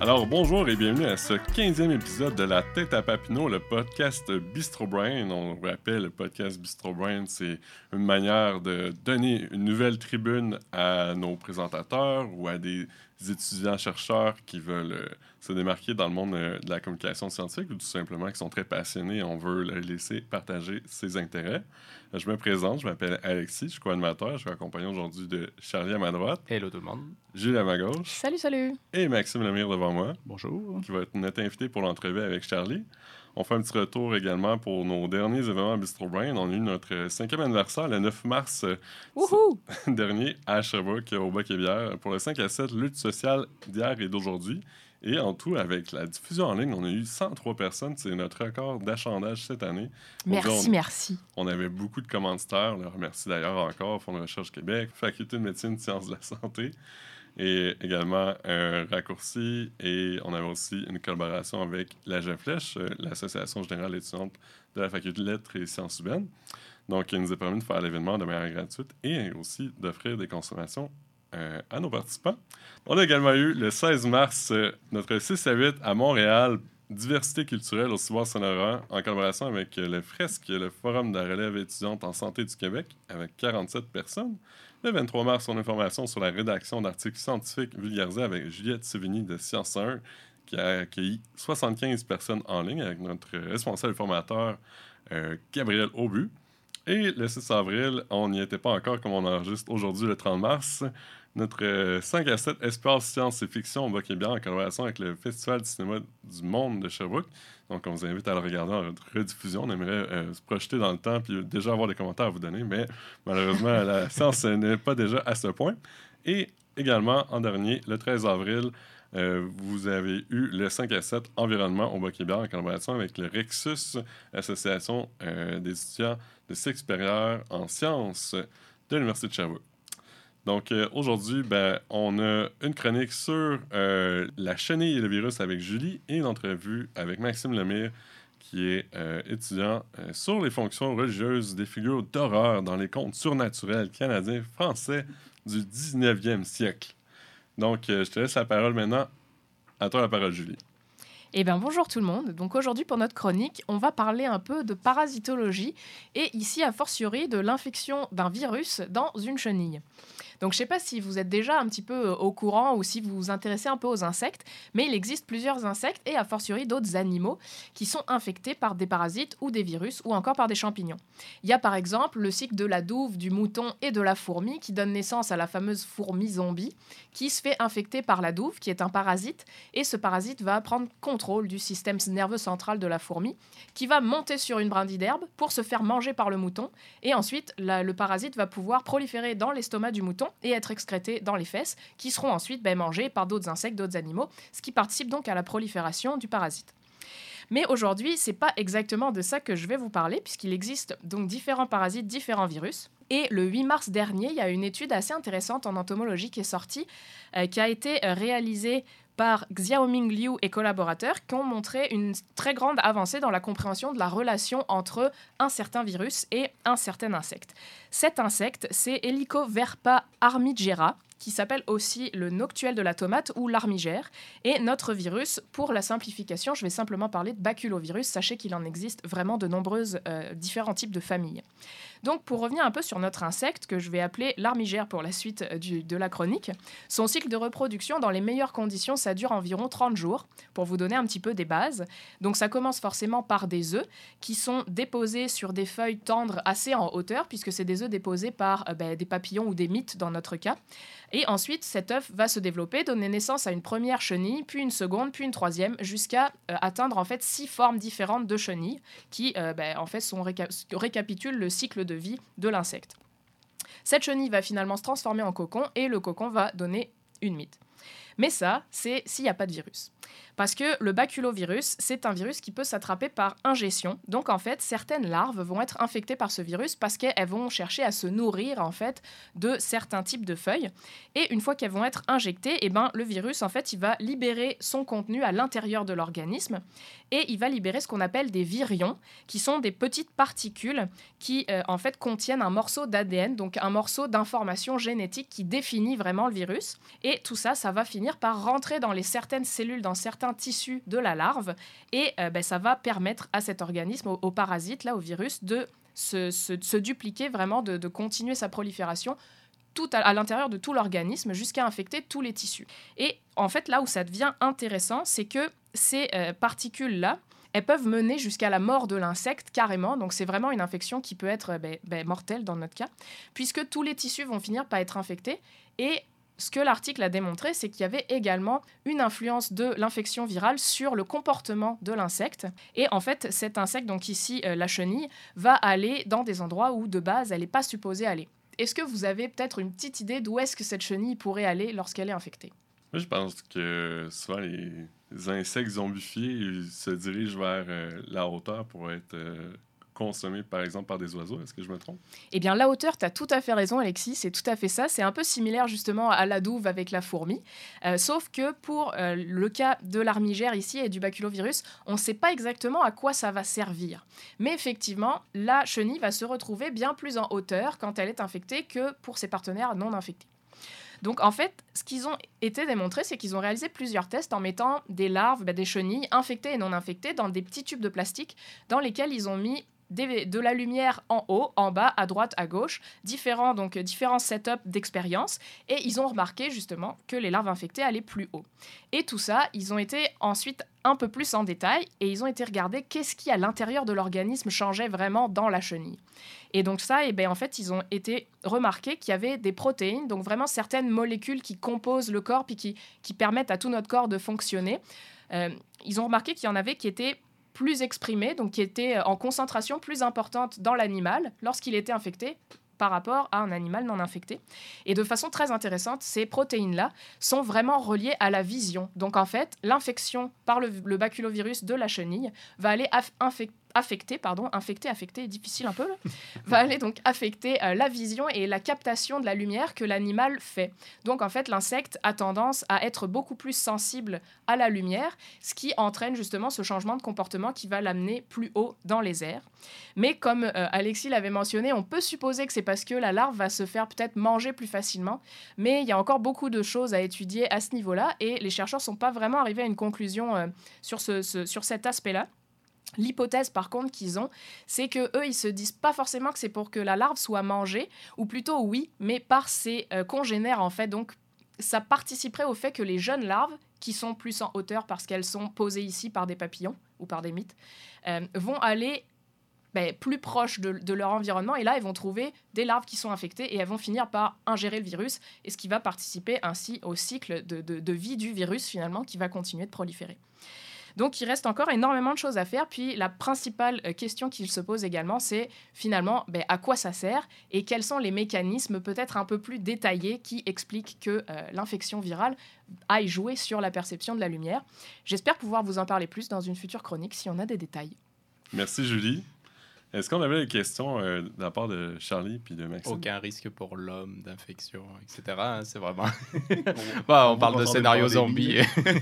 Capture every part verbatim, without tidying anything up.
Alors bonjour et bienvenue à ce quinzième épisode de La Tête à Papineau, le podcast Bistro Brain. On vous rappelle, le podcast Bistro Brain, c'est une manière de donner une nouvelle tribune à nos présentateurs ou à des étudiants-chercheurs qui veulent euh, se démarquer dans le monde euh, de la communication scientifique ou tout simplement qui sont très passionnés et on veut les laisser partager ses intérêts. Euh, je me présente, je m'appelle Alexis, je suis co-animateur, je suis accompagné aujourd'hui de Charlie à ma droite. Hello tout le monde. Jules à ma gauche. Salut, salut. Et Maxime Lemire devant moi. Bonjour. Qui va être notre invité pour l'entrevue avec Charlie. On fait un petit retour également pour nos derniers événements à Bistro Brain. On a eu notre cinquième anniversaire le neuf mars Wouhou! dernier à Sherbrooke, au Bac et Bière, pour le cinq à sept lutte sociale d'hier et d'aujourd'hui. Et en tout, avec la diffusion en ligne, on a eu cent trois personnes. C'est notre record d'achandage cette année. Merci, on, merci. On avait beaucoup de commanditaires. On les remercie d'ailleurs encore. Fonds de recherche Québec, Faculté de médecine, sciences de la santé. Et également un raccourci. Et on avait aussi une collaboration avec la G Flèche, l'Association générale étudiante de la Faculté de lettres et sciences humaines. Donc, il nous a permis de faire l'événement de manière gratuite et aussi d'offrir des consommations euh, à nos participants. On a également eu le seize mars, euh, notre six à huit à Montréal, diversité culturelle au Ciboire Saint-Laurent, en collaboration avec le Fresque, le Forum de la relève étudiante en santé du Québec, avec quarante-sept personnes. Le vingt-trois mars, on a une formation sur la rédaction d'articles scientifiques vulgarisés avec Juliette Sévigny de Science un, qui a accueilli soixante-quinze personnes en ligne avec notre responsable formateur euh, Gabriel Aubu. Et le six avril, on n'y était pas encore comme on enregistre aujourd'hui le trente mars, notre euh, cinq à sept Espace Sciences et Fiction au Bac et Bière en collaboration avec le Festival du cinéma du monde de Sherbrooke. Donc, on vous invite à le regarder en rediffusion. On aimerait euh, se projeter dans le temps et déjà avoir des commentaires à vous donner, mais malheureusement, la science n'est pas déjà à ce point. Et également, en dernier, le treize avril, euh, vous avez eu le cinq à sept Environnement au Bac et Bière en collaboration avec le Rexus, Association euh, des étudiants de cycle supérieur en sciences de l'Université de Sherbrooke. Donc, euh, aujourd'hui, ben, on a une chronique sur euh, la chenille et le virus avec Julie et une entrevue avec Maxime Lemire, qui est euh, étudiant euh, sur les fonctions religieuses des figures d'horreur dans les contes surnaturels canadiens français du dix-neuvième siècle. Donc, euh, je te laisse la parole maintenant. À toi la parole, Julie. Eh bien, bonjour tout le monde. Donc aujourd'hui, pour notre chronique, on va parler un peu de parasitologie et ici, a fortiori, de l'infection d'un virus dans une chenille. Donc, je ne sais pas si vous êtes déjà un petit peu au courant ou si vous vous intéressez un peu aux insectes, mais il existe plusieurs insectes et a fortiori d'autres animaux qui sont infectés par des parasites ou des virus ou encore par des champignons. Il y a par exemple le cycle de la douve, du mouton et de la fourmi qui donne naissance à la fameuse fourmi zombie qui se fait infecter par la douve, qui est un parasite, et ce parasite va prendre contrôle du système nerveux central de la fourmi qui va monter sur une brindille d'herbe pour se faire manger par le mouton et ensuite la, le parasite va pouvoir proliférer dans l'estomac du mouton et être excrété dans les fesses, qui seront ensuite ben, mangés par d'autres insectes, d'autres animaux, ce qui participe donc à la prolifération du parasite. Mais aujourd'hui, c'est pas exactement de ça que je vais vous parler, puisqu'il existe donc différents parasites, différents virus. Et le huit mars dernier, il y a une étude assez intéressante en entomologie qui est sortie, euh, qui a été euh, réalisée par Xiaoming Liu et collaborateurs qui ont montré une très grande avancée dans la compréhension de la relation entre un certain virus et un certain insecte. Cet insecte, c'est Helicoverpa armigera, qui s'appelle aussi le noctuel de la tomate ou l'armigère. Et notre virus, pour la simplification, je vais simplement parler de baculovirus. Sachez qu'il en existe vraiment de nombreuses euh, différents types de familles. Donc, pour revenir un peu sur notre insecte, que je vais appeler l'armigère pour la suite du, de la chronique, son cycle de reproduction, dans les meilleures conditions, ça dure environ trente jours, pour vous donner un petit peu des bases. Donc, ça commence forcément par des œufs qui sont déposés sur des feuilles tendres assez en hauteur, puisque c'est des œufs déposés par euh, ben, des papillons ou des mites dans notre cas. Et ensuite, cet œuf va se développer, donner naissance à une première chenille, puis une seconde, puis une troisième, jusqu'à euh, atteindre en fait six formes différentes de chenilles qui euh, ben, en fait sont réca- récapitulent le cycle de vie de l'insecte. Cette chenille va finalement se transformer en cocon et le cocon va donner une mite. Mais ça, c'est s'il n'y a pas de virus. Parce que le baculovirus, c'est un virus qui peut s'attraper par ingestion. Donc, en fait, certaines larves vont être infectées par ce virus parce qu'elles vont chercher à se nourrir, en fait, de certains types de feuilles. Et une fois qu'elles vont être injectées, eh ben, le virus, en fait, il va libérer son contenu à l'intérieur de l'organisme et il va libérer ce qu'on appelle des virions, qui sont des petites particules qui, euh, en fait, contiennent un morceau d'A D N, donc un morceau d'information génétique qui définit vraiment le virus. Et tout ça, ça va finir par rentrer dans les certaines cellules, dans certains tissus de la larve et euh, ben, ça va permettre à cet organisme, au, au parasite, là, au virus, de se, se, se dupliquer vraiment, de, de continuer sa prolifération tout à, à l'intérieur de tout l'organisme jusqu'à infecter tous les tissus. Et en fait, là où ça devient intéressant, c'est que ces euh, particules-là, elles peuvent mener jusqu'à la mort de l'insecte carrément. Donc, c'est vraiment une infection qui peut être ben, ben, mortelle dans notre cas, puisque tous les tissus vont finir par être infectés. Et ce que l'article a démontré, c'est qu'il y avait également une influence de l'infection virale sur le comportement de l'insecte. Et en fait, cet insecte, donc ici euh, la chenille, va aller dans des endroits où de base, elle n'est pas supposée aller. Est-ce que vous avez peut-être une petite idée d'où est-ce que cette chenille pourrait aller lorsqu'elle est infectée? Moi, je pense que souvent, les, les insectes zombifiés ils se dirigent vers euh, la hauteur pour être euh, consommés, par exemple, par des oiseaux. Est-ce que je me trompe? Eh bien, la hauteur, tu as tout à fait raison, Alexis. C'est tout à fait ça. C'est un peu similaire, justement, à la douve avec la fourmi. Euh, sauf que pour euh, le cas de l'armigère ici et du baculovirus, on ne sait pas exactement à quoi ça va servir. Mais effectivement, la chenille va se retrouver bien plus en hauteur quand elle est infectée que pour ses partenaires non infectés. Donc, en fait, ce qu'ils ont été démontrés, c'est qu'ils ont réalisé plusieurs tests en mettant des larves, bah, des chenilles infectées et non infectées dans des petits tubes de plastique dans lesquels ils ont mis des, de la lumière en haut, en bas, à droite, à gauche, différents, donc, différents setups d'expérience. Et ils ont remarqué justement que les larves infectées allaient plus haut. Et tout ça, ils ont été ensuite un peu plus en détail et ils ont été regarder qu'est-ce qui, à l'intérieur de l'organisme, changeait vraiment dans la chenille. Et donc ça, eh bien, en fait, ils ont été remarqués qu'il y avait des protéines, donc vraiment certaines molécules qui composent le corps puis qui, qui permettent à tout notre corps de fonctionner. Euh, ils ont remarqué qu'il y en avait qui étaient plus exprimées, donc qui étaient en concentration plus importante dans l'animal lorsqu'il était infecté par rapport à un animal non infecté. Et de façon très intéressante, ces protéines-là sont vraiment reliées à la vision. Donc en fait, l'infection par le, le baculovirus de la chenille va aller aff- infecter affecter, pardon, infecter, affecter, difficile un peu, là, va aller donc affecter euh, la vision et la captation de la lumière que l'animal fait. Donc, en fait, l'insecte a tendance à être beaucoup plus sensible à la lumière, ce qui entraîne justement ce changement de comportement qui va l'amener plus haut dans les airs. Mais comme euh, Alexis l'avait mentionné, on peut supposer que c'est parce que la larve va se faire peut-être manger plus facilement, mais il y a encore beaucoup de choses à étudier à ce niveau-là et les chercheurs ne sont pas vraiment arrivés à une conclusion euh, sur, ce, ce, sur cet aspect-là. L'hypothèse, par contre, qu'ils ont, c'est qu'eux, ils se disent pas forcément que c'est pour que la larve soit mangée, ou plutôt oui, mais par ses euh, congénères, en fait. Donc, ça participerait au fait que les jeunes larves, qui sont plus en hauteur parce qu'elles sont posées ici par des papillons ou par des mites, euh, vont aller ben, plus proches de, de leur environnement, et là, elles vont trouver des larves qui sont infectées, et elles vont finir par ingérer le virus, et ce qui va participer ainsi au cycle de, de, de vie du virus, finalement, qui va continuer de proliférer. Donc, il reste encore énormément de choses à faire. Puis, la principale question qu'il se pose également, c'est finalement ben, à quoi ça sert et quels sont les mécanismes peut-être un peu plus détaillés qui expliquent que euh, l'infection virale aille jouer sur la perception de la lumière. J'espère pouvoir vous en parler plus dans une future chronique si on a des détails. Merci, Julie. Est-ce qu'on avait des questions euh, de la part de Charlie puis de Maxime? Aucun risque pour l'homme d'infection, et cetera. Hein, c'est vraiment... bah, on, on parle de scénario zombie.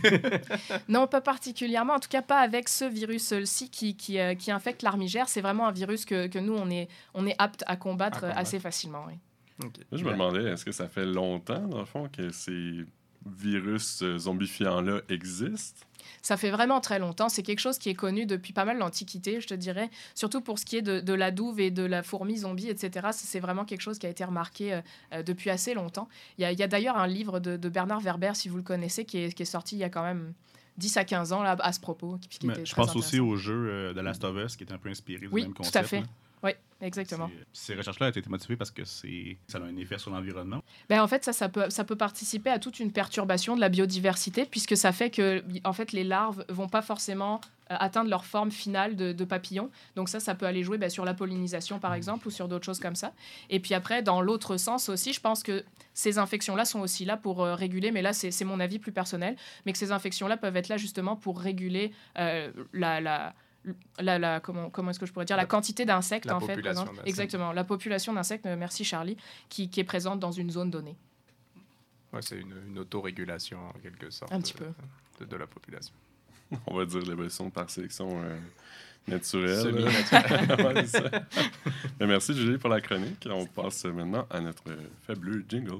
Non, pas particulièrement. En tout cas, pas avec ce virus-ci qui, qui, euh, qui infecte l'armigère. C'est vraiment un virus que, que nous, on est, on est apte à combattre, à combattre. assez facilement. Oui. Okay. Moi, je me demandais, est-ce que ça fait longtemps, dans le fond, que ces virus zombifiants-là existent? Ça fait vraiment très longtemps. C'est quelque chose qui est connu depuis pas mal l'Antiquité, je te dirais. Surtout pour ce qui est de, de la douve et de la fourmi zombie, et cetera. C'est vraiment quelque chose qui a été remarqué euh, depuis assez longtemps. Il y a, il y a d'ailleurs un livre de, de Bernard Werber, si vous le connaissez, qui est, qui est sorti il y a quand même dix à quinze ans là, à ce propos. Qui, qui était je pense aussi au jeu euh, de Last of Us, qui est un peu inspiré du oui, même concept. Tout à fait. Là. Oui, exactement. C'est, ces recherches-là ont été motivées parce que c'est, ça a un effet sur l'environnement. Ben, en fait, ça, ça, peut, ça peut participer à toute une perturbation de la biodiversité, puisque ça fait que en fait, les larves ne vont pas forcément atteindre leur forme finale de, de papillon. Donc ça, ça peut aller jouer ben, sur la pollinisation, par exemple, ou sur d'autres choses comme ça. Et puis après, dans l'autre sens aussi, je pense que ces infections-là sont aussi là pour euh, réguler, mais là, c'est, c'est mon avis plus personnel, mais que ces infections-là peuvent être là justement pour réguler euh, la... la La, la, comment, comment est-ce que je pourrais dire la quantité d'insectes la en fait population présente. d'insectes. Exactement, la population d'insectes, euh, merci Charlie, qui, qui est présente dans une zone donnée. Ouais, c'est une, une autorégulation en quelque sorte Un petit peu. de, de la population. On va dire l'évolution par sélection euh, naturelle. Semi-naturelle. Ouais, c'est ça. Mais merci Julie pour la chronique. On passe maintenant à notre fabuleux jingle.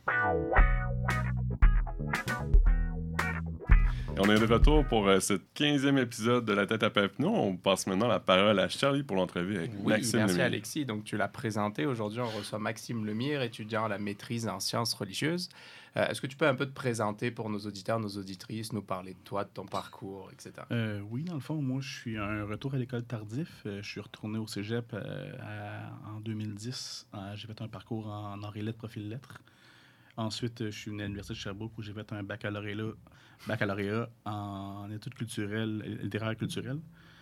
Et on est de retour pour euh, ce quinzième épisode de La Tête à Papineau. On passe maintenant la parole à Charlie pour l'entrevue avec Oui, Maxime merci Lemire. Alexis. Donc tu l'as présenté. Aujourd'hui, on reçoit Maxime Lemire, étudiant à la maîtrise en sciences religieuses. Euh, est-ce que tu peux un peu te présenter pour nos auditeurs, nos auditrices, nous parler de toi, de ton parcours, et cetera. Euh, oui, dans le fond, moi, je suis un retour à l'école tardif. Euh, je suis retourné au cégep euh, à- en deux mille dix. Euh, j'ai fait un parcours en arts et lettres, profil lettres. Ensuite, euh, je suis venu à l'Université de Sherbrooke où j'ai fait un baccalauréat, baccalauréat en études culturelles, littéraires et culturelles.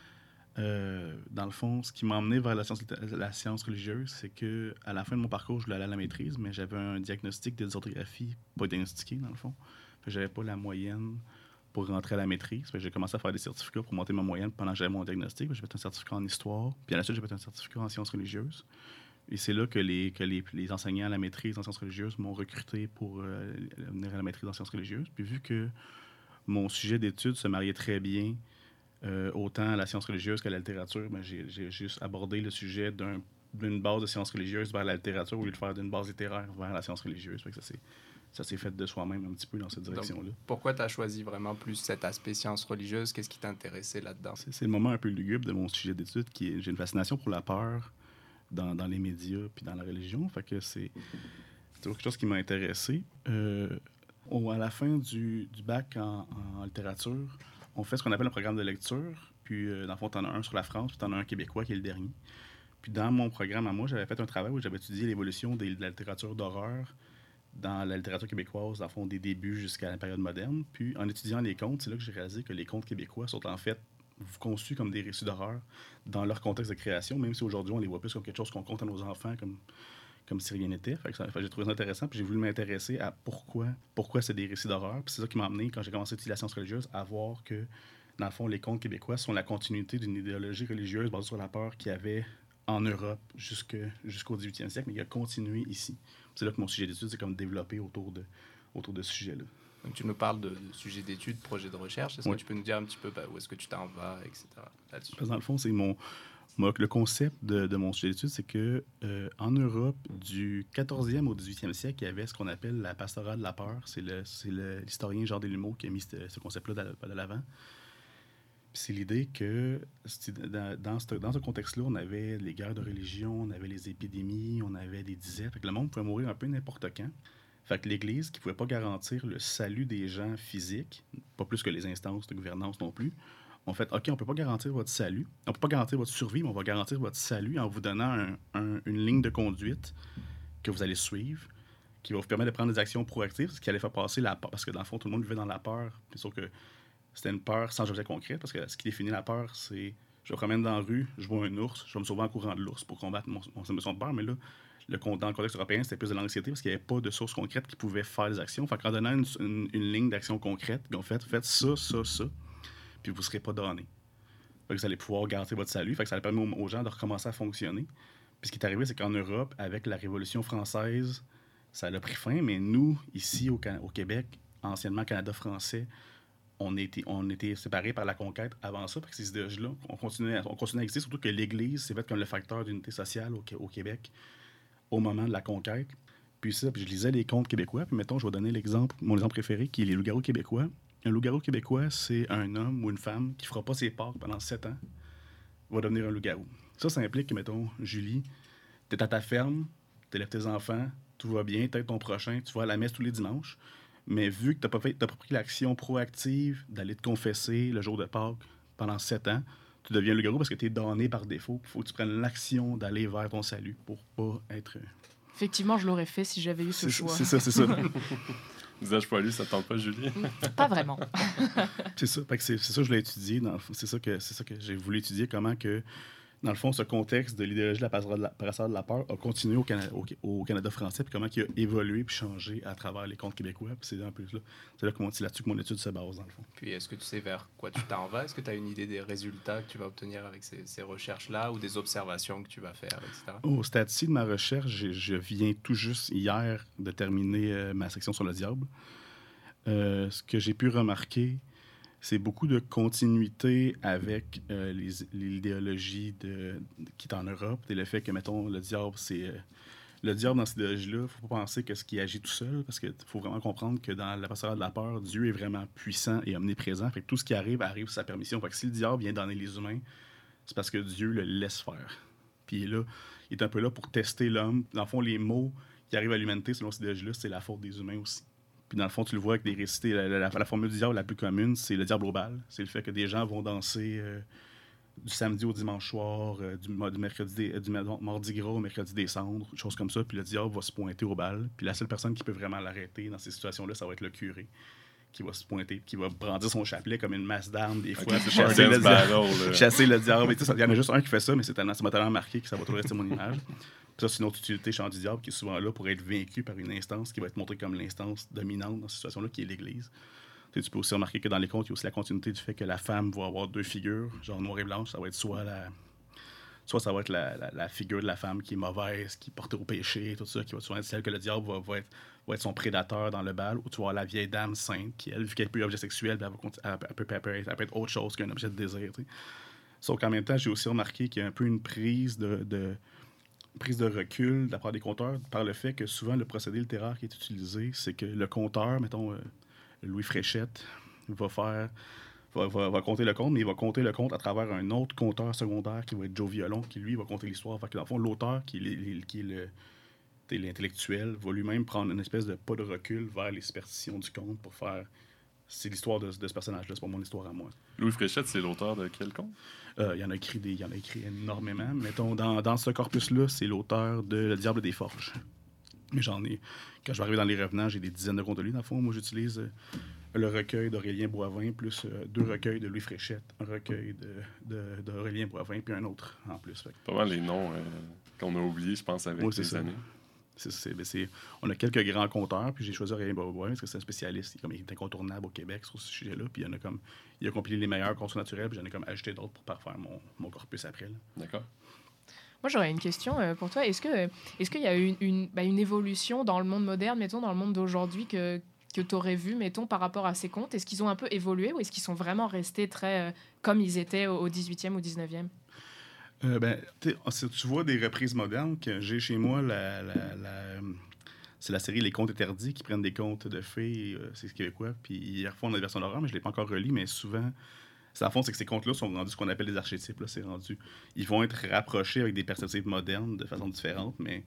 Euh, dans le fond, ce qui m'a emmené vers la science, la science religieuse, c'est que à la fin de mon parcours, je voulais aller à la maîtrise, mais j'avais un diagnostic de dysorthographie pas diagnostiqué, dans le fond. Fait que j'avais pas la moyenne pour rentrer à la maîtrise. Fait que j'ai commencé à faire des certificats pour monter ma moyenne pendant que j'avais mon diagnostic. Fait que j'ai fait un certificat en histoire, puis à la suite, j'ai fait un certificat en sciences religieuses. Et c'est là que les, que les, les enseignants à la maîtrise en sciences religieuses m'ont recruté pour euh, venir à la maîtrise en sciences religieuses. Puis vu que mon sujet d'études se mariait très bien euh, autant à la science religieuse qu'à la littérature, ben, j'ai, j'ai juste abordé le sujet d'un, d'une base de sciences religieuses vers la littérature au lieu de faire d'une base littéraire vers la science religieuse. Fait que ça, c'est, ça s'est fait de soi-même un petit peu dans cette direction-là. Donc, pourquoi tu as choisi vraiment plus cet aspect sciences religieuses? Qu'est-ce qui t'intéressait là-dedans? C'est, c'est le moment un peu lugubre de mon sujet d'études qui est, j'ai une fascination pour la peur dans, dans les médias puis dans la religion. Fait que c'est, c'est quelque chose qui m'a intéressé. Euh, au, à la fin du, du bac en, en littérature, on fait ce qu'on appelle un programme de lecture. Puis, euh, dans le fond, tu en as un sur la France, puis tu en as un québécois qui est le dernier. Puis, dans mon programme à moi, j'avais fait un travail où j'avais étudié l'évolution des, de la littérature d'horreur dans la littérature québécoise, dans le fond, des débuts jusqu'à la période moderne. Puis, en étudiant les contes, c'est là que j'ai réalisé que les contes québécois sont en fait conçus comme des récits d'horreur dans leur contexte de création, même si aujourd'hui, on les voit plus comme quelque chose qu'on compte à nos enfants, comme, comme si rien n'était. Fait que ça, fait que j'ai trouvé ça intéressant, puis j'ai voulu m'intéresser à pourquoi, pourquoi c'est des récits d'horreur. Puis c'est ça qui m'a amené, quand j'ai commencé à étudier la science religieuse, à voir que, dans le fond, les contes québécois sont la continuité d'une idéologie religieuse basée sur la peur qu'il y avait en Europe jusque, jusqu'au dix-huitième siècle, mais qui a continué ici. C'est là que mon sujet d'étude s'est comme développé autour de, autour de ce sujet-là. Donc, tu nous parles de, de sujets d'études, projets de recherche. Est-ce Oui. que tu peux nous dire un petit peu bah, où est-ce que tu t'en vas, et cetera là-dessus? Parce que dans le fond, c'est mon, mon- le concept de, de mon sujet d'étude, c'est que euh, en Europe, du quatorzième au dix-huitième siècle, il y avait ce qu'on appelle la pastorale de la peur. C'est, le, c'est le, l'historien Jean Delumeau qui a mis ce, ce concept-là de, de l'avant. Puis c'est l'idée que c'était dans, dans, ce, dans ce contexte-là, on avait les guerres de religion, on avait les épidémies, on avait des disettes. Fait que le monde pouvait mourir un peu n'importe quand. Fait que l'Église, qui ne pouvait pas garantir le salut des gens physiques, pas plus que les instances de gouvernance non plus, ont fait « OK, on ne peut pas garantir votre salut, on ne peut pas garantir votre survie, mais on va garantir votre salut en vous donnant un, un, une ligne de conduite que vous allez suivre, qui va vous permettre de prendre des actions proactives, ce qui allait faire passer la peur. » Parce que dans le fond, tout le monde vivait dans la peur. Puis sauf que c'était une peur sans objet concret, parce que ce qui définit la peur, c'est je me promène dans la rue, je vois un ours, je vais me sauver en courant de l'ours pour combattre mon, mon émotion de peur, mais là, le, dans le contexte européen, c'était plus de l'anxiété parce qu'il n'y avait pas de sources concrètes qui pouvaient faire des actions. Fait qu'en donnant une, une, une ligne d'action concrète, ils ont fait, faites ça, ça, ça, puis vous ne serez pas damnés. Fait que vous allez pouvoir garantir votre salut. Fait que ça permet aux, aux gens de recommencer à fonctionner. Puis ce qui est arrivé, c'est qu'en Europe, avec la Révolution française, ça a pris fin, mais nous, ici au, au Québec, anciennement Canada français, on était, on était séparés par la conquête avant ça, parce que ces idéologies-là, on continuait, on continuait à exister, surtout que l'Église s'est faite comme le facteur d'unité sociale au, au Québec au moment de la conquête. Puis ça, puis je lisais les contes québécois, puis mettons, je vais donner l'exemple, mon exemple préféré, qui est les loups-garous québécois. Un loup-garou québécois, c'est un homme ou une femme qui fera pas ses Pâques pendant sept ans, va devenir un loup-garou. Ça, ça implique que, mettons, Julie, t'es à ta ferme, t'élèves tes enfants, tout va bien, t'aides ton prochain, tu vas à la messe tous les dimanches, mais vu que t'as pas fait, t'as pas pris l'action proactive d'aller te confesser le jour de Pâques pendant sept ans, tu deviens loup-garou parce que t'es damné par défaut. Il faut que tu prennes l'action d'aller vers ton salut pour pas être... Effectivement, je l'aurais fait si j'avais eu ce c'est, choix. C'est ça, c'est ça. Visage poilu, ça te tente pas, Julie? Pas vraiment. C'est ça, fait que c'est, c'est ça que je l'ai étudié. Dans le fond. C'est ça que, c'est ça que j'ai voulu étudier, comment que, dans le fond, ce contexte de l'idéologie de la passerelle de la, passerelle de la peur a continué au Canada, au, au Canada français, puis comment il a évolué puis changé à travers les contes québécois. Puis c'est un peu là, c'est là que mon, c'est là-dessus que mon étude se base, dans le fond. Puis est-ce que tu sais vers quoi tu t'en vas? Est-ce que tu as une idée des résultats que tu vas obtenir avec ces, ces recherches-là ou des observations que tu vas faire, et cetera? Au stade-ci de ma recherche, j'ai- je viens tout juste hier de terminer euh, ma section sur le diable. Euh, ce que j'ai pu remarquer, c'est beaucoup de continuité avec euh, les, l'idéologie de, qui est en Europe et le fait que, mettons, le diable, c'est... euh, le diable, dans cette idéologie-là, il ne faut pas penser que ce qui agit tout seul, parce qu'il faut vraiment comprendre que dans la passerelle de la peur, Dieu est vraiment puissant et omniprésent. Fait que tout ce qui arrive, arrive sous sa permission. Fait que si le diable vient donner les humains, c'est parce que Dieu le laisse faire. Puis il est là, il est un peu là pour tester l'homme. Dans le fond, les maux qui arrivent à l'humanité, selon cette idéologie-là, c'est la faute des humains aussi. Puis dans le fond, tu le vois avec des récités. La, la, la, la formule du diable la plus commune, c'est le diable au bal. C'est le fait que des gens vont danser euh, du samedi au dimanche soir, euh, du, du, mercredi des, du mardi gras au mercredi des cendres, des choses comme ça. Puis le diable va se pointer au bal. Puis la seule personne qui peut vraiment l'arrêter dans ces situations-là, ça va être le curé, qui va se pointer, qui va brandir son chapelet comme une masse d'armes des fois. Okay, chasser, le battle, diable, chasser le diable. Il y en a juste un qui fait ça, mais c'est tellement, ça m'a tellement marqué que ça va toujours rester mon image. Puis ça, c'est une autre utilité chant du diable qui est souvent là pour être vaincu par une instance qui va être montrée comme l'instance dominante dans cette situation-là, qui est l'Église. Tu sais, tu peux aussi remarquer que dans les contes, il y a aussi la continuité du fait que la femme va avoir deux figures, genre noir et blanche. Ça va être soit la... Soit ça va être la, la, la figure de la femme qui est mauvaise, qui est portée au péché, tout ça, qui va souvent être celle que le diable va, va, être, va être son prédateur dans le bal, ou tu vas avoir la vieille dame sainte, qui, elle, vu qu'elle peut être objet sexuel, elle, va, elle, elle, peut, elle, peut, elle peut être autre chose qu'un objet de désir. Tu sais. Sauf qu'en même temps, j'ai aussi remarqué qu'il y a un peu une prise de, de, prise de recul de la part des conteurs, par le fait que souvent, le procédé littéraire qui est utilisé, c'est que le conteur, mettons, euh, Louis Fréchette, va faire... Va, va, va compter le conte, mais il va compter le conte à travers un autre conteur secondaire qui va être Joe Violon, qui lui va compter l'histoire. Fait que dans le fond, l'auteur, qui est, qui est le, l'intellectuel, va lui-même prendre une espèce de pas de recul vers les superstitions du conte pour faire... C'est l'histoire de, de ce personnage-là, c'est pas mon histoire à moi. Louis Fréchette, c'est l'auteur de quel conte? Euh, il y en a écrit des, il y en a écrit énormément. Mettons, dans, dans ce corpus-là, c'est l'auteur de Le Diable des Forges. Mais j'en ai... Quand je vais arriver dans les Revenants, j'ai des dizaines de contes de lui. Dans le fond, moi, j'utilise... Euh, le recueil d'Aurélien Boivin, plus euh, deux recueils de Louis Fréchette, un recueil de, de, d'Aurélien Boivin, puis un autre en plus. Fait. Pas mal les noms euh, qu'on a oubliés, je pense, avec oui, les ça. années. C'est, c'est, ben c'est, on a quelques grands conteurs, puis j'ai choisi Aurélien Boivin parce que c'est un spécialiste, il est, comme, il est incontournable au Québec sur ce sujet-là, puis il, y en a comme, il a compilé les meilleurs contes naturels, puis j'en ai comme ajouté d'autres pour parfaire mon, mon corpus après. Là. D'accord. Moi, j'aurais une question euh, pour toi. Est-ce, que, est-ce qu'il y a eu une, une, bah, une évolution dans le monde moderne, mettons, dans le monde d'aujourd'hui, que que tu aurais vu, mettons, par rapport à ces contes? Est-ce qu'ils ont un peu évolué ou est-ce qu'ils sont vraiment restés très euh, comme ils étaient au dix-huitième ou dix-neuvième? Euh, ben, tu vois des reprises modernes que j'ai chez moi, la, la, la, c'est la série Les Contes interdits qui prennent des contes de fées, euh, c'est québécois, puis ils refont la version d'horreur, mais je ne l'ai pas encore relis, mais souvent, ça, en fond, c'est que ces contes-là sont rendus ce qu'on appelle des archétypes. Là, c'est rendu, ils vont être rapprochés avec des perspectives modernes de façon différente, mais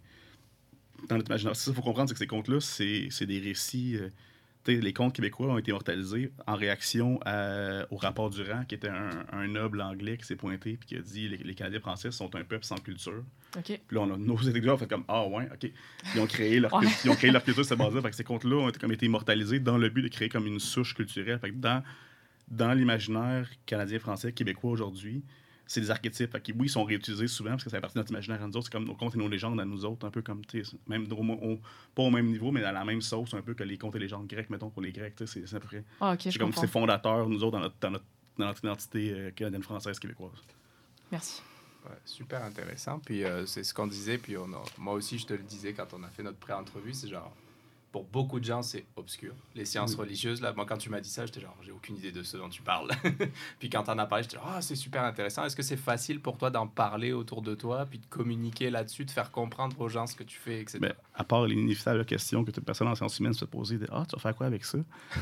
dans notre imaginaire, ce qu'il faut comprendre, c'est que ces contes-là, c'est, c'est des récits... Euh, les contes québécois ont été immortalisés en réaction à, au rapport Durand, qui était un, un noble anglais qui s'est pointé et qui a dit les, les Canadiens français sont un peuple sans culture. Okay. Puis là, on a, nos intellectuels ont fait comme ah ouais, ok. Ils ont créé leur, ouais. ils ont créé leur culture sur cette base-là. Fait que ces contes-là ont été, comme, été immortalisés dans le but de créer comme une souche culturelle. Fait que dans, dans l'imaginaire canadien, français, québécois aujourd'hui, c'est des archétypes. Fait que, oui, ils sont réutilisés souvent parce que ça fait partie de notre imaginaire à nous autres. C'est comme nos contes et nos légendes à nous autres, un peu comme, même au, au, pas au même niveau, mais dans la même sauce, un peu que les contes et légendes grecques, mettons, pour les Grecs. C'est, c'est à peu près. Ah, okay, c'est comme c'est fondateur, nous autres, dans notre, dans notre, dans notre identité euh, canadienne-française québécoise. Merci. Ouais, super intéressant. Puis euh, c'est ce qu'on disait. Puis on a, moi aussi, je te le disais quand on a fait notre pré-entrevue, c'est genre. Pour beaucoup de gens, c'est obscur. Les sciences oui. religieuses, là, moi, quand tu m'as dit ça, j'étais genre, j'ai aucune idée de ce dont tu parles. Puis quand t'en as parlé, j'étais genre, ah, c'est super intéressant. Est-ce que c'est facile pour toi d'en parler autour de toi, puis de communiquer là-dessus, de faire comprendre aux gens ce que tu fais, et cetera. Ben, à part l'inévitable question que toute personne en sciences humaines se fait poser, de, ah, tu vas faire quoi avec ça?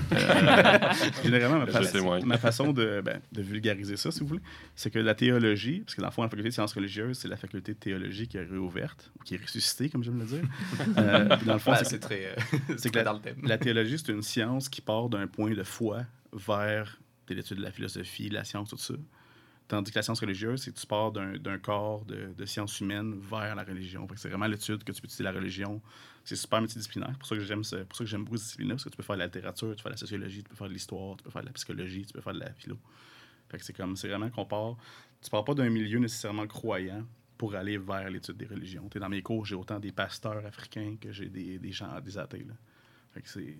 euh, généralement, ma, fa- ma façon de, ben, de vulgariser ça, si vous voulez, c'est que la théologie, parce que dans le fond, la faculté de sciences religieuses, c'est la faculté de théologie qui est réouverte, ou qui est ressuscitée, comme j'aime le dire. Euh, dans le fond, ben, c'est, c'est très... Euh... c'est que la, la théologie, c'est une science qui part d'un point de foi vers l'étude de la philosophie, de la science, tout ça. Tandis que la science religieuse, c'est que tu pars d'un, d'un corps de, de sciences humaines vers la religion. Fait que c'est vraiment l'étude que tu peux utiliser la religion. C'est super multidisciplinaire. C'est pour ça que j'aime, ce- pour ça que j'aime beaucoup cette discipline-là, parce que tu peux faire de la littérature, tu peux faire de la sociologie, tu peux faire de l'histoire, tu peux faire de la psychologie, tu peux faire de la philo. Fait que c'est comme, c'est vraiment qu'on part... Tu pars pas d'un milieu nécessairement croyant pour aller vers l'étude des religions. T'es dans mes cours, j'ai autant des pasteurs africains que j'ai des, des gens, des athées, là. Fait que c'est...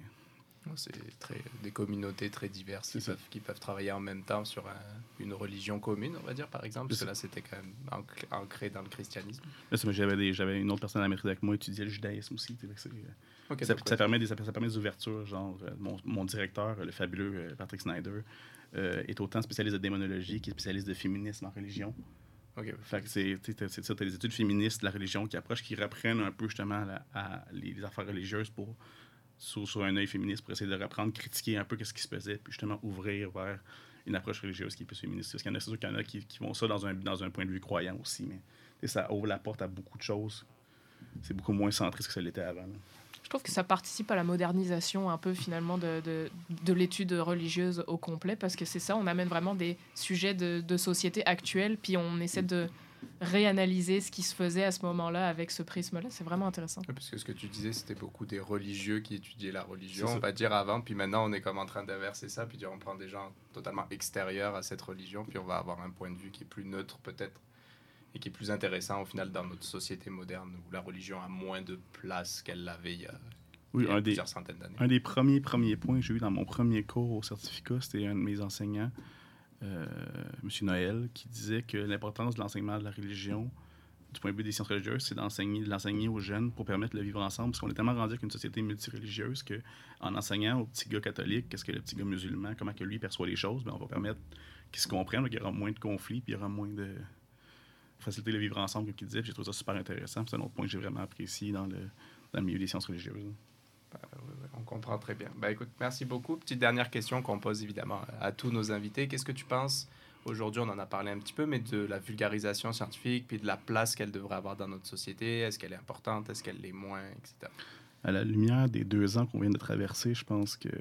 C'est très, des communautés très diverses C'est qui ça. peuvent, qui peuvent travailler en même temps sur un- une religion commune, on va dire, par exemple. Parce C'est que là, c'était quand même ancré, ancré dans le christianisme. Là, c'est- j'avais, des, j'avais une autre personne à la maîtrise avec moi qui étudiait le judaïsme aussi. Fait que c'est, euh, Ok, ça, donc, ça ouais. permet des, ça, ça permet des ouvertures. Genre, euh, mon, mon directeur, le fabuleux euh, Patrick Snyder, euh, est autant spécialiste de démonologie qu'il est spécialiste de féminisme en religion. Ok, Fait que c'est, tu sais, t'as- c'est ça, tu as des études féministes de la religion qui approchent, qui reprennent un peu justement la- à les, les affaires religieuses pour, sur, sur un œil féministe pour essayer de reprendre, critiquer un peu ce qui se faisait, puis justement ouvrir vers une approche religieuse qui est plus féministe. Parce qu'il y en a, c'est sûr qu'il y en a qui, qui vont ça dans un, dans un point de vue croyant aussi, mais tu sais, ça ouvre la porte à beaucoup de choses. C'est beaucoup moins centriste que ça l'était avant, là. Je trouve que ça participe à la modernisation un peu finalement de, de, de l'étude religieuse au complet, parce que c'est ça, on amène vraiment des sujets de, de société actuelle, puis on essaie de réanalyser ce qui se faisait à ce moment-là avec ce prisme-là. C'est vraiment intéressant. Ouais, parce que ce que tu disais, c'était beaucoup des religieux qui étudiaient la religion, C'est ça. on va dire avant, puis maintenant on est comme en train d'inverser ça, puis dire on prend des gens totalement extérieurs à cette religion, puis on va avoir un point de vue qui est plus neutre peut-être, et qui est plus intéressant au final dans notre société moderne, où la religion a moins de place qu'elle l'avait il y a, Oui, il y a un des, plusieurs centaines d'années. un des premiers, premiers points que j'ai eu dans mon premier cours au certificat, c'était un de mes enseignants, euh, M. Noël, qui disait que l'importance de l'enseignement de la religion, du point de vue des sciences religieuses, c'est d'enseigner, de l'enseigner aux jeunes pour permettre le vivre ensemble. Parce qu'on est tellement rendu avec une société multireligieuse qu'en enseignant au petit gars catholique, qu'est-ce que le petit gars musulman, comment que lui perçoit les choses, ben on va permettre qu'ils se comprennent, qu'il y aura moins de conflits, puis il y aura moins de faciliter le vivre ensemble, comme il disait. Puis j'ai trouvé ça super intéressant. Puis c'est un autre point que j'ai vraiment apprécié dans le, dans le milieu des sciences religieuses. Euh, ouais, ouais, on comprend très bien. Bah, écoute, merci beaucoup. Petite dernière question qu'on pose évidemment à tous nos invités. Qu'est-ce que tu penses, aujourd'hui on en a parlé un petit peu, mais de la vulgarisation scientifique, puis de la place qu'elle devrait avoir dans notre société? Est-ce qu'elle est importante? Est-ce qu'elle l'est moins? Etc. À la lumière des deux ans qu'on vient de traverser, je pense que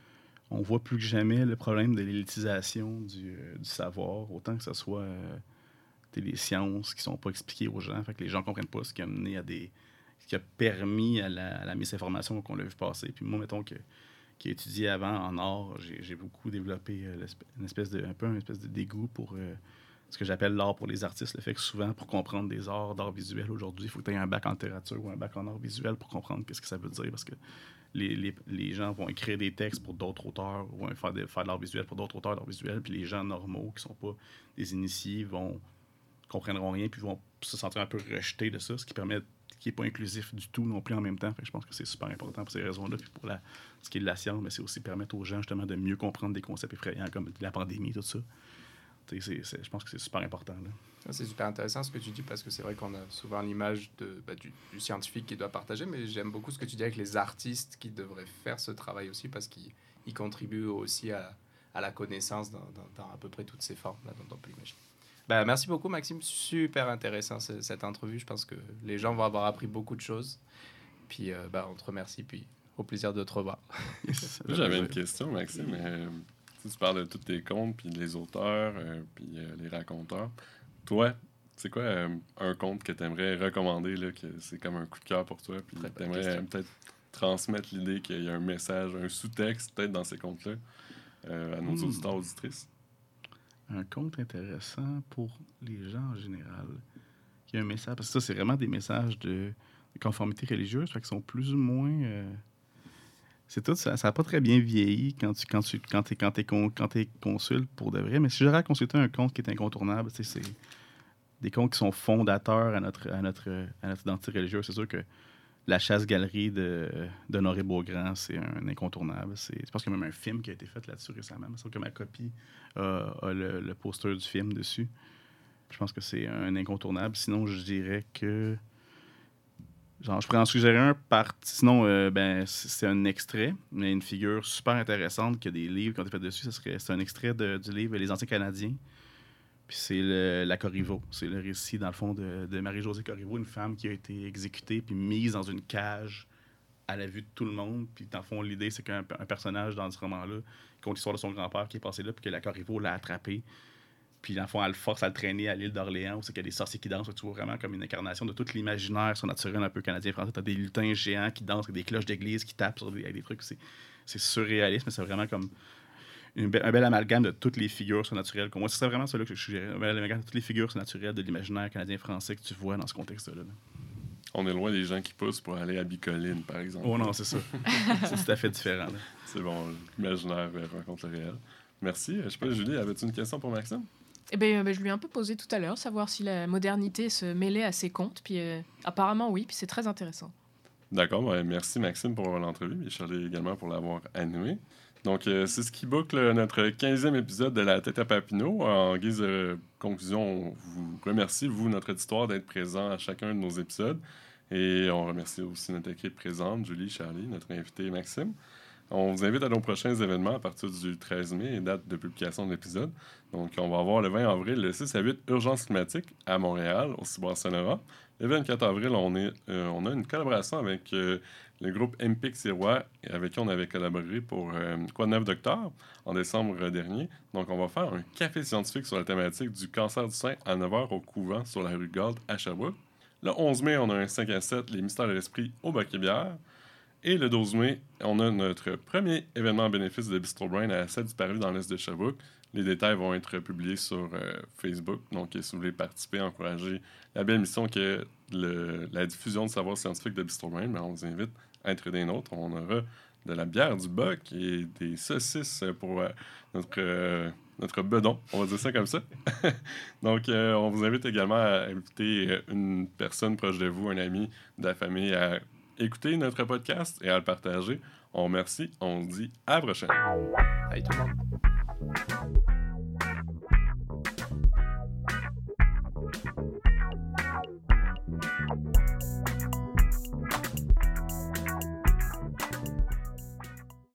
on voit plus que jamais le problème de l'élitisation du, euh, du savoir, autant que ce soit euh, les sciences qui sont pas expliquées aux gens, fait que les gens comprennent pas ce qui a mené à des... ce qui a permis à la, à la misinformation qu'on l'a vu passer. Puis moi, mettons que qui a étudié avant en art, j'ai, j'ai beaucoup développé euh, une espèce de un peu une espèce de dégoût pour euh, ce que j'appelle l'art pour les artistes. Le fait que souvent, pour comprendre des arts d'art visuel aujourd'hui, il faut que tu aies un bac en littérature ou un bac en art visuel pour comprendre qu'est-ce que ça veut dire, parce que les, les, les gens vont écrire des textes pour d'autres auteurs ou vont faire de, faire de l'art visuel pour d'autres auteurs d'art visuel, puis les gens normaux qui sont pas des initiés vont comprendront rien puis vont se sentir un peu rejetés de ça, ce qui permet qui n'est pas inclusif du tout non plus en même temps. Fait que je pense que c'est super important pour ces raisons-là. Puis pour la, ce qui est de la science, mais c'est aussi permettre aux gens justement de mieux comprendre des concepts effrayants comme la pandémie, tout ça. C'est, c'est, je pense que c'est super important. Là. C'est super intéressant ce que tu dis, parce que c'est vrai qu'on a souvent l'image de, bah, du, du scientifique qui doit partager, mais j'aime beaucoup ce que tu dis avec les artistes qui devraient faire ce travail aussi, parce qu'ils ils contribuent aussi à, à la connaissance dans, dans, dans à peu près toutes ces formes là, dont on peut imaginer. Ben, merci beaucoup, Maxime. Super intéressant ce, cette entrevue. Je pense que les gens vont avoir appris beaucoup de choses. Puis, euh, ben, on te remercie. Puis, au plaisir de te revoir. Yes. Moi, j'avais une question, Maxime. Euh, tu parles de tous tes contes, puis les auteurs, euh, puis euh, les raconteurs. Toi, c'est quoi euh, un conte que tu aimerais recommander, là, que c'est comme un coup de cœur pour toi, puis tu aimerais euh, peut-être transmettre l'idée qu'il y a un message, un sous-texte, peut-être, dans ces contes-là, euh, à nos Hmm. auditeurs, auditrices? Un conte intéressant pour les gens en général. Il y a un message, parce que ça, c'est vraiment des messages de, de conformité religieuse, fait qu'ils sont plus ou moins... Euh, c'est tout, ça n'a pas très bien vieilli quand tu quand tu quand t'es, quand t'es, con, quand t'es consulte pour de vrai, mais si j'aurais à consulter un conte qui est incontournable, c'est des contes qui sont fondateurs à notre, à notre, à notre identité religieuse. C'est sûr que La chasse-galerie de, d'Honoré Beaugrand, c'est un incontournable. C'est, je pense qu'il y a même un film qui a été fait là-dessus récemment. Sauf que ma copie euh, a le, le poster du film dessus. Je pense que c'est un incontournable. Sinon, je dirais que... Genre, je pourrais en suggérer un par... Sinon, euh, ben, c'est un extrait, mais une figure super intéressante qui a des livres qui ont été faits dessus. Ça serait, c'est un extrait de, du livre Les Anciens Canadiens. Puis c'est le, la Corriveau. C'est le récit, dans le fond, de, de Marie-Josée Corriveau, une femme qui a été exécutée puis mise dans une cage à la vue de tout le monde. Puis dans le fond, l'idée, c'est qu'un un personnage dans ce roman-là compte l'histoire de son grand-père qui est passé là puis que la Corriveau l'a attrapé. Puis, dans le fond, elle le force à le traîner à l'île d'Orléans, où c'est qu'il y a des sorciers qui dansent. Tu vois vraiment comme une incarnation de tout l'imaginaire surnaturel un peu canadien-français. Tu as des lutins géants qui dansent avec des cloches d'église qui tapent sur des, avec des trucs. C'est, c'est surréaliste, mais c'est vraiment comme une be- un bel amalgame de toutes les figures surnaturelles. Moi, c'est vraiment ça là, que je suggère. Un bel amalgame de toutes les figures surnaturelles de l'imaginaire canadien-français que tu vois dans ce contexte-là. Là. On est loin des gens qui poussent pour aller à Bicoline, par exemple. Oh non, c'est ça. C'est tout à fait différent. Là. C'est bon, l'imaginaire euh, rencontre le réel. Merci. Je sais pas, Julie, avais-tu une question pour Maxime? Eh ben, ben, je lui ai un peu posé tout à l'heure, savoir si la modernité se mêlait à ses contes. Puis euh, apparemment, oui, puis c'est très intéressant. D'accord, ben, merci Maxime pour l'entrevue et Charlie également pour l'avoir animé. Donc, euh, c'est ce qui boucle notre quinzième épisode de La Tête à Papineau. En guise de conclusion, on vous remercie, vous, notre auditoire, d'être présent à chacun de nos épisodes. Et on remercie aussi notre équipe présente, Julie, Charlie, notre invité Maxime. On vous invite à nos prochains événements à partir du treize mai, date de publication de l'épisode. Donc, on va avoir le vingt avril, le six à huit, Urgence climatique à Montréal, au Ciboire Sonora. Le vingt-quatre avril, on, est, euh, on a une collaboration avec euh, le groupe M P I C Sirois, avec qui on avait collaboré pour euh, Quoi de neuf Docteur en décembre dernier. Donc, on va faire un café scientifique sur la thématique du cancer du sein à neuf heures au couvent sur la rue Galt à Sherbrooke. Le onze mai, on a un cinq à sept, Les Mystères de l'Esprit au Bac-et-Bière. Et le douze mai, on a notre premier événement en bénéfice de Bistro Brain à la salle du Paris dans l'est de Sherbrooke. Les détails vont être publiés sur euh, Facebook. Donc, si vous voulez participer, encourager la belle mission qui est le, la diffusion de savoir scientifique de Bistro Brain, ben, on vous invite à être des nôtres. On aura de la bière du Boc et des saucisses pour euh, notre, euh, notre bedon. On va dire ça comme ça. Donc, euh, on vous invite également à inviter une personne proche de vous, un ami de la famille, à écouter notre podcast et à le partager. On remercie. On se dit à la prochaine. Bye tout le monde.